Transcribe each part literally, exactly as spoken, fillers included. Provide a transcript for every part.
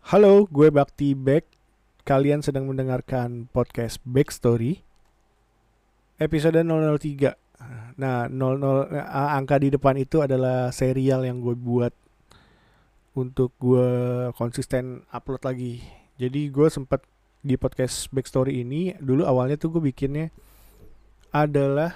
Halo, gue Bakti Back. Kalian sedang mendengarkan podcast Backstory episode nol nol tiga. Nah, nol nol eh, angka di depan itu adalah serial yang gue buat untuk gue konsisten upload lagi. Jadi gue sempat di podcast Backstory ini dulu awalnya tuh gue bikinnya adalah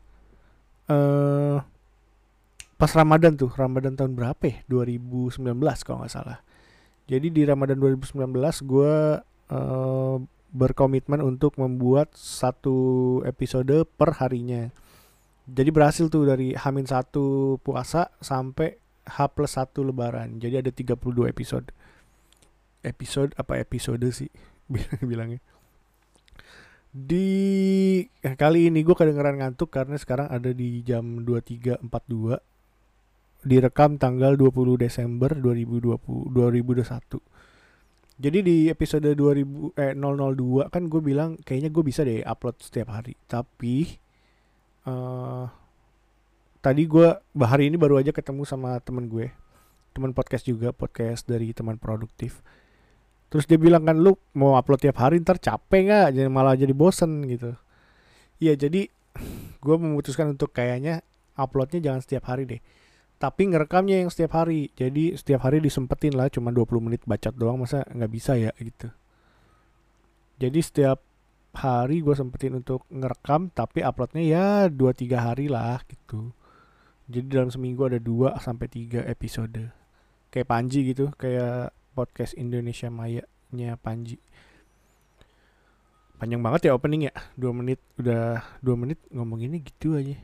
eh pas Ramadan tuh, Ramadan tahun berapa ya? dua ribu sembilan belas kalau nggak salah. Jadi di Ramadan dua ribu sembilan belas gue uh, berkomitmen untuk membuat satu episode per harinya. Jadi berhasil tuh dari Hamin satu puasa sampai H plus satu lebaran. Jadi ada tiga puluh dua episode. Episode apa episode sih bilangnya. Di eh, kali ini gue kedengeran ngantuk karena sekarang ada di jam dua puluh tiga empat puluh dua. Direkam tanggal dua puluh Desember dua ribu dua puluh dua ribu dua puluh satu. Jadi di episode dua ribu eh nol nol dua kan gue bilang kayaknya gue bisa deh upload setiap hari. Tapi uh, tadi gue hari ini baru aja ketemu sama temen gue, teman podcast juga, podcast dari teman produktif. Terus dia bilang kan lu mau upload tiap hari ntar capek nggak? Jadi malah jadi bosen gitu. Iya jadi gue memutuskan untuk kayaknya uploadnya jangan setiap hari deh. Tapi ngerekamnya yang setiap hari. Jadi setiap hari disempetin lah cuma dua puluh menit bacot doang, masa nggak bisa ya gitu. Jadi setiap hari gue sempetin untuk ngerekam tapi uploadnya ya dua tiga hari lah gitu. Jadi dalam seminggu ada dua sampai tiga episode. Kayak Panji gitu, kayak podcast Indonesia Maya-nya Panji. Panjang banget ya opening ya, dua menit, udah dua menit ngomong ini gitu aja.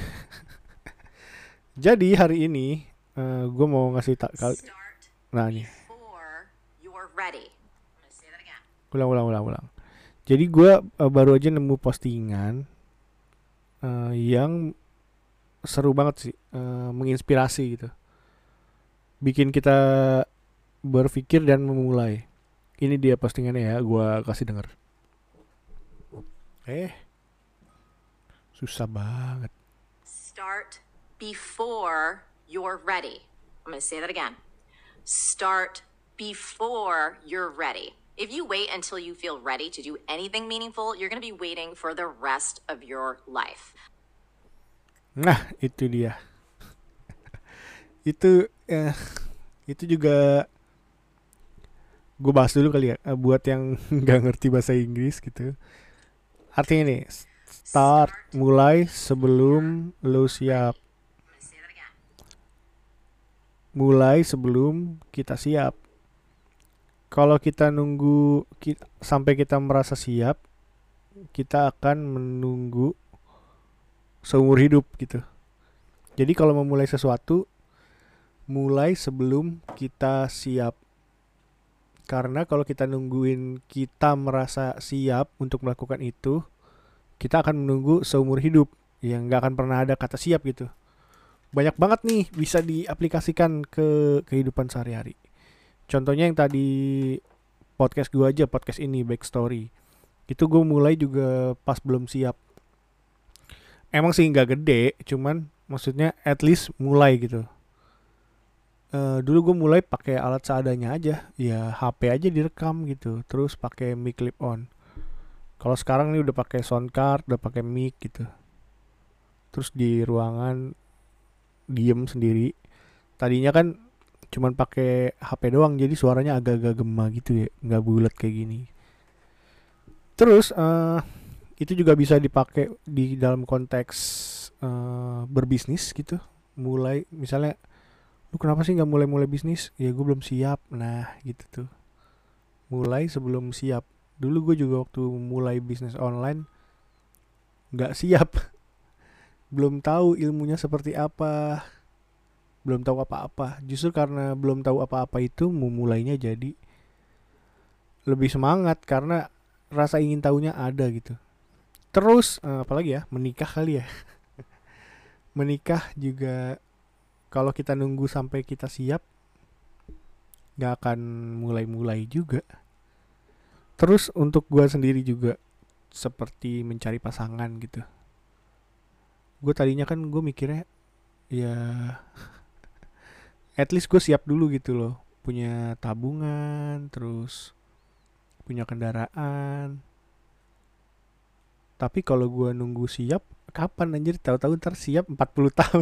Jadi hari ini uh, gue mau ngasih tak kali. Nah nih. Ulang ulang ulang ulang. Jadi gue uh, baru aja nemu postingan uh, yang seru banget sih, uh, menginspirasi gitu. Bikin kita berpikir dan memulai. Ini dia postingannya ya, gue kasih denger. Eh, susah banget. Start before you're ready. I'm going to say that again. Start before you're ready. If you wait until you feel ready to do anything meaningful, you're going to be waiting for the rest of your life. Nah, itu dia. itu eh, itu juga gue bahas dulu kali ya, buat yang nggak ngerti bahasa Inggris gitu. Artinya nih, start, mulai sebelum lo siap. Mulai sebelum kita siap. Kalau kita nunggu kita, sampai kita merasa siap, kita akan menunggu seumur hidup gitu. Jadi kalau memulai sesuatu, mulai sebelum kita siap. Karena kalau kita nungguin kita merasa siap untuk melakukan itu, kita akan menunggu seumur hidup. Yang gak akan pernah ada kata siap gitu. Banyak banget nih bisa diaplikasikan ke kehidupan sehari-hari. Contohnya yang tadi podcast gue aja, podcast ini Backstory. Itu gue mulai juga pas belum siap. Emang sih gak gede, cuman maksudnya at least mulai gitu. Uh, dulu gue mulai pakai alat seadanya aja, ya H P aja direkam gitu, terus pakai mic clip on. Kalau sekarang nih udah pakai sound card, udah pakai mic gitu. Terus di ruangan diem sendiri. Tadinya kan cuman pakai H P doang, jadi suaranya agak-agak gema gitu ya, nggak bulat kayak gini. Terus uh, itu juga bisa dipakai di dalam konteks uh, berbisnis gitu. Mulai misalnya, lu kenapa sih nggak mulai-mulai bisnis? Ya gue belum siap. Nah gitu tuh. Mulai sebelum siap. Dulu gue juga waktu mulai bisnis online nggak siap. Belum tahu ilmunya seperti apa. Belum tahu apa-apa. Justru karena belum tahu apa-apa itu memulainya jadi lebih semangat karena rasa ingin tahunya ada gitu. Terus uh, apalagi ya, menikah kali ya. Menikah juga kalau kita nunggu sampai kita siap gak akan mulai-mulai juga. Terus untuk gue sendiri juga seperti mencari pasangan gitu. Gue tadinya kan gue mikirnya ya at least gue siap dulu gitu loh. punya tabungan, terus punya kendaraan. Tapi kalau gue nunggu siap, kapan anjir? Tahu-tahu ntar siap empat puluh tahun.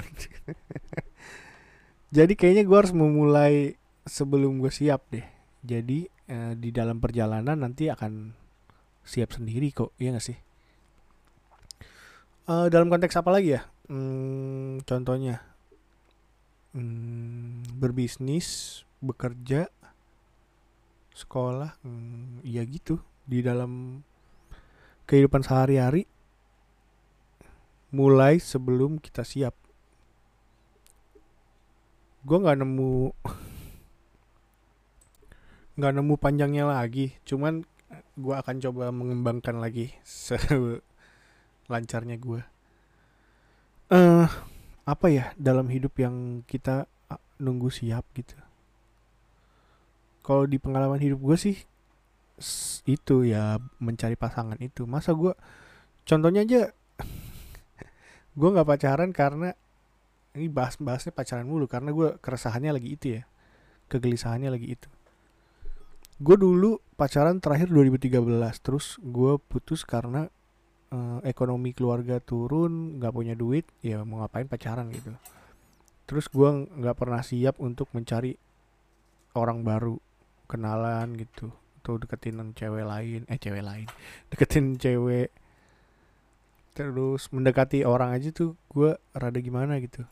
Jadi kayaknya gue harus memulai sebelum gue siap deh. Jadi eh, di dalam perjalanan nanti akan siap sendiri kok, iya gak sih? Eh, dalam konteks apa lagi ya? Hmm, contohnya hmm, berbisnis, bekerja, sekolah, hmm, iya gitu. Di dalam kehidupan sehari-hari, mulai sebelum kita siap. Gue nggak nemu nggak nemu panjangnya lagi. Cuman gue akan coba mengembangkan lagi selancarnya gue. Eh apa ya dalam hidup yang kita ah, nunggu siap gitu. Kalau di pengalaman hidup gue sih s- itu ya mencari pasangan itu. Masa gue contohnya aja gue nggak pacaran karena ini bahas-bahasnya pacaran mulu karena gue keresahannya lagi itu ya, kegelisahannya lagi itu. Gue dulu pacaran terakhir dua ribu tiga belas, terus gue putus karena eh, ekonomi keluarga turun, nggak punya duit, ya mau ngapain pacaran gitu. Terus gue nggak pernah siap untuk mencari orang baru, kenalan gitu, atau deketin cewek lain, eh cewek lain, deketin cewek, terus mendekati orang aja tuh gue rada gimana gitu.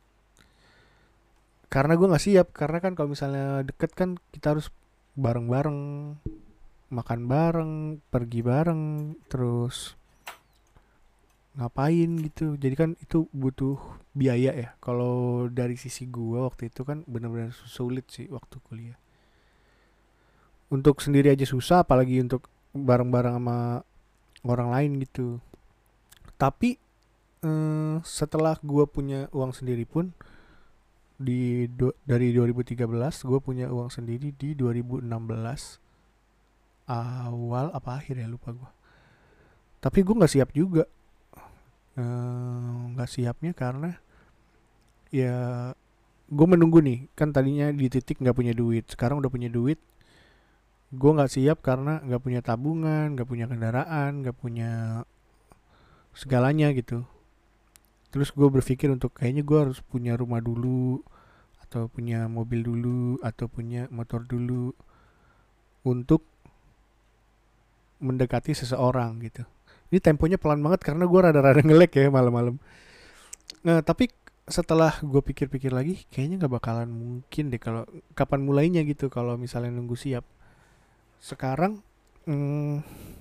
Karena gue nggak siap, karena kan kalau misalnya deket kan kita harus bareng-bareng, makan bareng, pergi bareng, terus ngapain gitu. Jadi kan itu butuh biaya ya. Kalau dari sisi gua waktu itu kan benar-benar sulit sih waktu kuliah. Untuk sendiri aja susah, apalagi untuk bareng-bareng sama orang lain gitu. Tapi eh, setelah gua punya uang sendiri pun di do, dari dua ribu tiga belas gua punya uang sendiri di dua ribu enam belas awal apa akhir ya lupa gua. Tapi gua nggak siap juga. Eh, nggak siapnya karena ya gue menunggu nih, kan tadinya di titik nggak punya duit, sekarang udah punya duit. Gue nggak siap karena nggak punya tabungan, nggak punya kendaraan, nggak punya segalanya gitu. Terus gue berpikir untuk kayaknya gue harus punya rumah dulu, atau punya mobil dulu, atau punya motor dulu untuk mendekati seseorang gitu. Ini temponya pelan banget karena gue rada-rada ngelek ya malam-malam. Nah tapi setelah gue pikir-pikir lagi, kayaknya nggak bakalan mungkin deh kalau kapan mulainya gitu kalau misalnya nunggu siap. Sekarang hmm,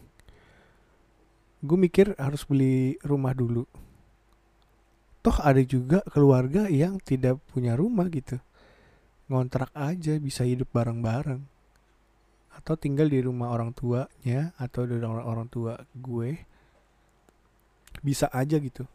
gue mikir harus beli rumah dulu. Toh ada juga keluarga yang tidak punya rumah gitu. Ngontrak aja bisa hidup bareng-bareng. Atau tinggal di rumah orang tuanya atau di orang orang tua gue. Bisa aja gitu.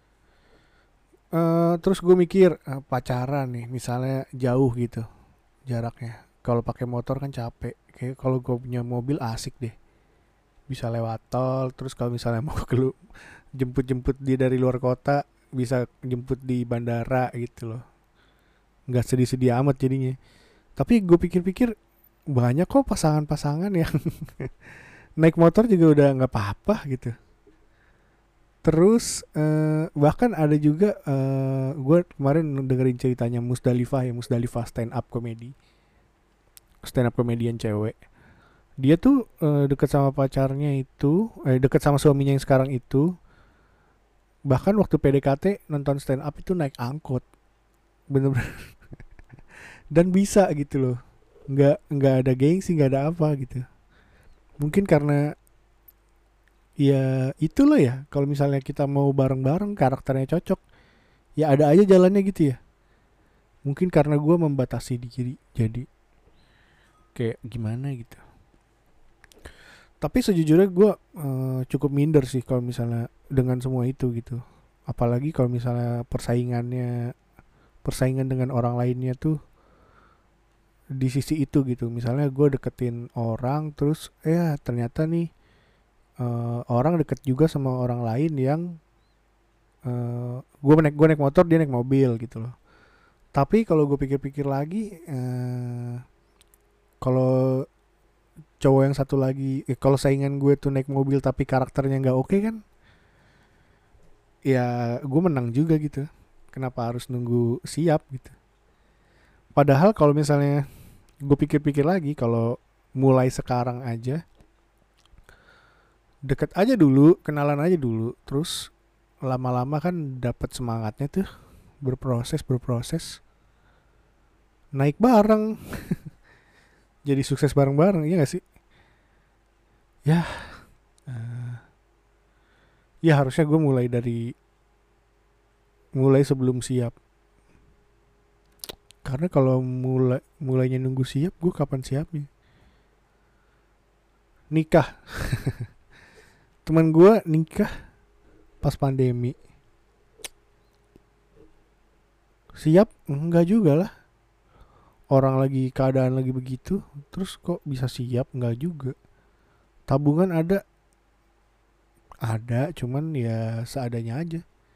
Eh terus gue mikir eh, pacaran nih misalnya jauh gitu jaraknya. Kalau pakai motor kan capek. Kayak kalau gue punya mobil asik deh. Bisa lewat tol. Terus kalau misalnya mau ke jemput-jemput dia dari luar kota bisa jemput di bandara gitu loh, nggak sedih-sedih amat jadinya. Tapi gue pikir-pikir banyak kok pasangan-pasangan yang naik motor juga udah nggak apa-apa gitu. Terus eh, bahkan ada juga eh, gue kemarin dengerin ceritanya Musdalifah ya, Musdalifah stand up comedy, stand up comedian cewek. Dia tuh eh, deket sama pacarnya itu, eh, deket sama suaminya yang sekarang itu. Bahkan waktu P D K T nonton stand up itu naik angkot, bener-bener. Dan bisa gitu loh, nggak nggak ada gengsi, nggak ada apa gitu. Mungkin karena ya itu loh ya, kalau misalnya kita mau bareng-bareng karakternya cocok, ya ada aja jalannya gitu ya. Mungkin karena gue membatasi diri, jadi kayak gimana gitu. Tapi sejujurnya gue uh, cukup minder sih kalau misalnya dengan semua itu gitu. Apalagi kalau misalnya persaingannya, persaingan dengan orang lainnya tuh di sisi itu gitu. Misalnya gue deketin orang terus ya ternyata nih uh, orang deket juga sama orang lain yang uh, gue naik gue naik motor dia naik mobil gitu loh. Tapi kalau gue pikir-pikir lagi uh, Kalau cowok yang satu lagi, eh, kalau saingan gue tuh naik mobil tapi karakternya nggak oke kan, ya gue menang juga gitu. Kenapa harus nunggu siap gitu? Padahal kalau misalnya gue pikir-pikir lagi, kalau mulai sekarang aja, deket aja dulu, kenalan aja dulu, terus lama-lama kan dapat semangatnya tuh, berproses berproses, naik bareng, jadi sukses bareng-bareng, iya gak sih? Ya, eh, ya harusnya gue mulai dari mulai sebelum siap. Karena kalau mulai mulainya nunggu siap, gue kapan siapnya? Nikah, teman gue nikah pas pandemi. Siap? Enggak juga lah. Orang lagi keadaan lagi begitu, terus kok bisa siap? Enggak juga. Tabungan ada, ada, cuman ya seadanya aja.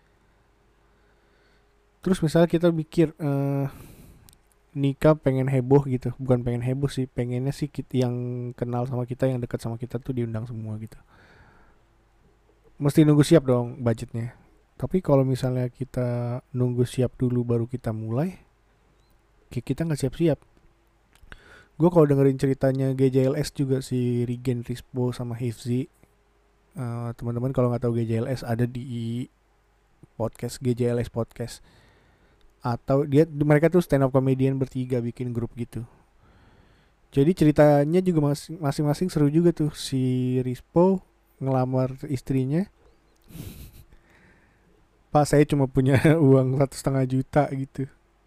Terus misalnya kita mikir eh, nikah pengen heboh gitu, bukan pengen heboh sih, pengennya sih kita yang kenal sama kita, yang dekat sama kita tuh diundang semua gitu. Mesti nunggu siap dong budgetnya. Tapi kalau misalnya kita nunggu siap dulu baru kita mulai, kita nggak siap-siap. Gue kalau dengerin ceritanya G J L S juga, si Regen Rispo sama Hifzi, uh, teman-teman kalau nggak tahu G J L S ada di podcast G J L S podcast, atau dia mereka tuh stand up comedian bertiga bikin grup gitu. Jadi ceritanya juga masing-masing seru juga tuh. Si Rispo ngelamar istrinya, Pak saya cuma punya uang satu setengah juta gitu.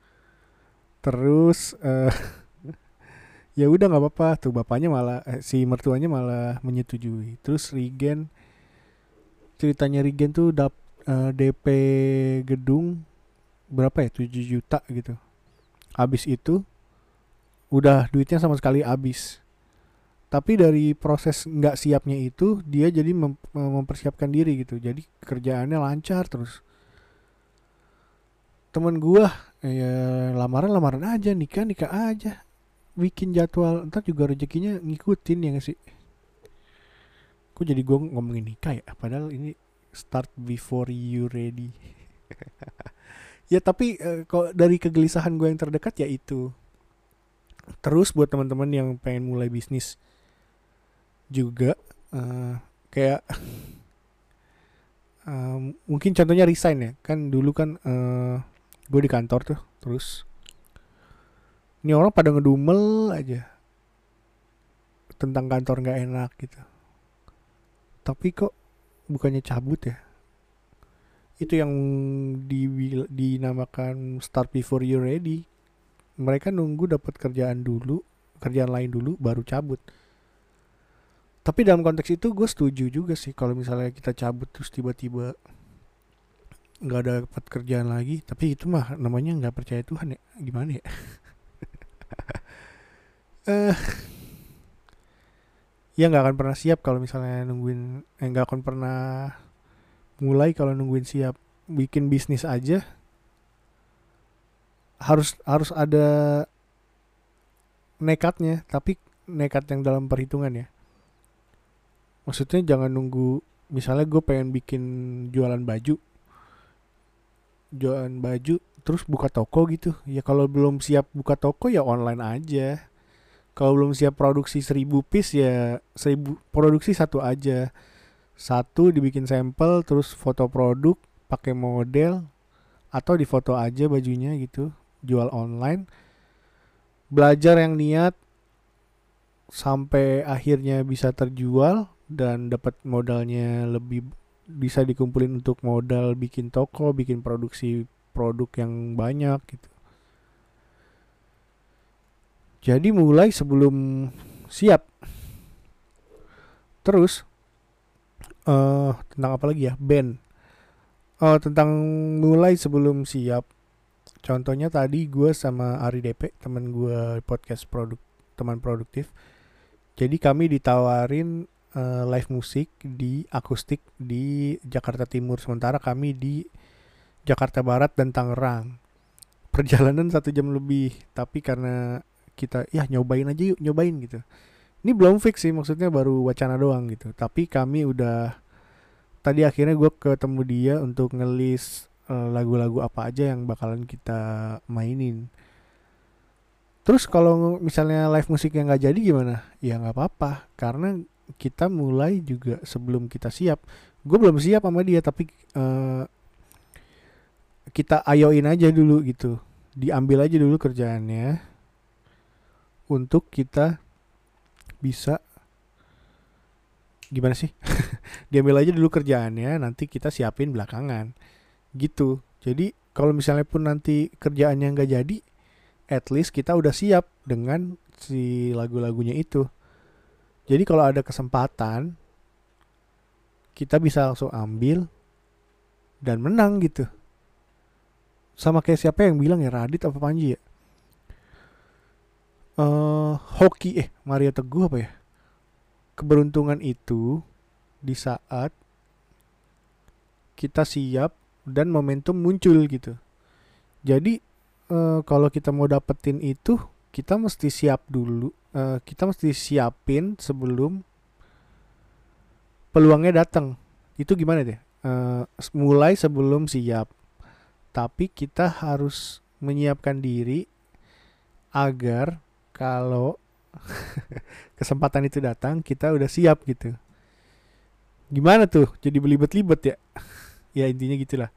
Terus uh, ya udah nggak apa-apa tuh, bapaknya malah eh, si mertuanya malah menyetujui. Terus Regen, ceritanya Regen tuh dap uh, D P gedung berapa ya, tujuh juta gitu. Abis itu udah duitnya sama sekali habis. Tapi dari proses nggak siapnya itu dia jadi mem- mempersiapkan diri gitu. Jadi kerjaannya lancar terus. Temen gua ya lamaran lamaran aja, nikah nikah aja, bikin jadwal, ntar juga rezekinya ngikutin, ya gak sih? Kok jadi gue ngomongin nikah ya, padahal ini start before you ready. Ya tapi eh, kalau dari kegelisahan gue yang terdekat ya itu. Terus buat teman-teman yang pengen mulai bisnis juga, eh, kayak eh, mungkin contohnya resign ya, kan dulu kan eh, gue di kantor tuh, terus ini orang pada ngedumel aja tentang kantor nggak enak gitu. Tapi kok bukannya cabut ya? Itu yang di, dinamakan start before you ready. Mereka nunggu dapat kerjaan dulu, kerjaan lain dulu, baru cabut. Tapi dalam konteks itu gue setuju juga sih, kalau misalnya kita cabut terus tiba-tiba nggak dapat kerjaan lagi. Tapi itu mah namanya nggak percaya Tuhan ya, gimana ya? Eh, ya nggak akan pernah siap kalau misalnya nungguin, eh, nggak akan pernah mulai kalau nungguin siap. Bikin bisnis aja harus harus ada nekatnya, tapi nekat yang dalam perhitungan ya. Maksudnya jangan nunggu, misalnya gue pengen bikin jualan baju, jualan baju terus buka toko gitu. Ya kalau belum siap buka toko ya online aja. Kalau belum siap produksi seribu piece ya seribu, produksi satu aja. Satu dibikin sampel, terus foto produk, pakai model, atau difoto aja bajunya gitu, jual online. Belajar yang niat sampai akhirnya bisa terjual dan dapat modalnya lebih, bisa dikumpulin untuk modal bikin toko, bikin produksi produk yang banyak gitu. Jadi mulai sebelum siap. Terus uh, tentang apa lagi ya, band. Oh, tentang mulai sebelum siap. Contohnya tadi gue sama Ari D P, teman gue podcast produk, teman produktif. Jadi kami ditawarin uh, live musik di akustik di Jakarta Timur, sementara kami di Jakarta Barat dan Tangerang. Perjalanan satu jam lebih, tapi karena kita ya nyobain aja yuk, nyobain gitu. Ini belum fix sih, maksudnya baru wacana doang gitu. Tapi kami udah, tadi akhirnya gue ketemu dia untuk ngelis uh, lagu-lagu apa aja yang bakalan kita mainin. Terus kalau misalnya live musik yang nggak jadi gimana? Ya nggak apa-apa, karena kita mulai juga sebelum kita siap. Gue belum siap sama dia, tapi uh, kita ayoin aja dulu gitu. Diambil aja dulu kerjaannya untuk kita bisa, gimana sih? Diambil aja dulu kerjaannya, nanti kita siapin belakangan gitu. Jadi kalau misalnya pun nanti kerjaannya nggak jadi, at least kita udah siap dengan si lagu-lagunya itu. Jadi kalau ada kesempatan, kita bisa langsung ambil dan menang gitu. Sama kayak siapa yang bilang ya, Radit apa Panji ya? Uh, hoki eh Mario Teguh apa ya? Keberuntungan itu di saat kita siap dan momentum muncul gitu. Jadi uh, kalau kita mau dapetin itu, kita mesti siap dulu. Uh, kita mesti siapin sebelum peluangnya datang. Itu gimana deh? Uh, mulai sebelum siap. Tapi kita harus menyiapkan diri agar kalau kesempatan itu datang, kita udah siap gitu. Gimana tuh? Jadi belibet-libet ya? Ya intinya gitulah.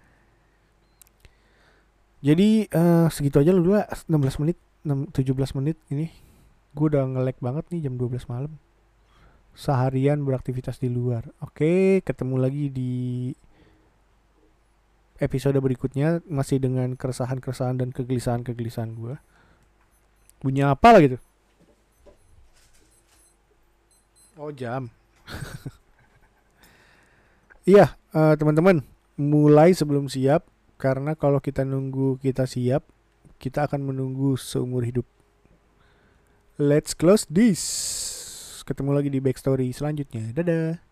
Jadi uh, segitu aja dulu lah, enam belas menit, tujuh belas menit ini. Gue udah nge-lag banget nih jam dua belas malam. Seharian beraktivitas di luar. Oke, ketemu lagi di episode berikutnya, masih dengan keresahan-keresahan dan kegelisahan-kegelisahan gue. Bunyi apa lah gitu? Oh, jam. Iya, uh, teman-teman, mulai sebelum siap, karena kalau kita nunggu kita siap, kita akan menunggu seumur hidup. Let's close this. Ketemu lagi di backstory selanjutnya. Dadah.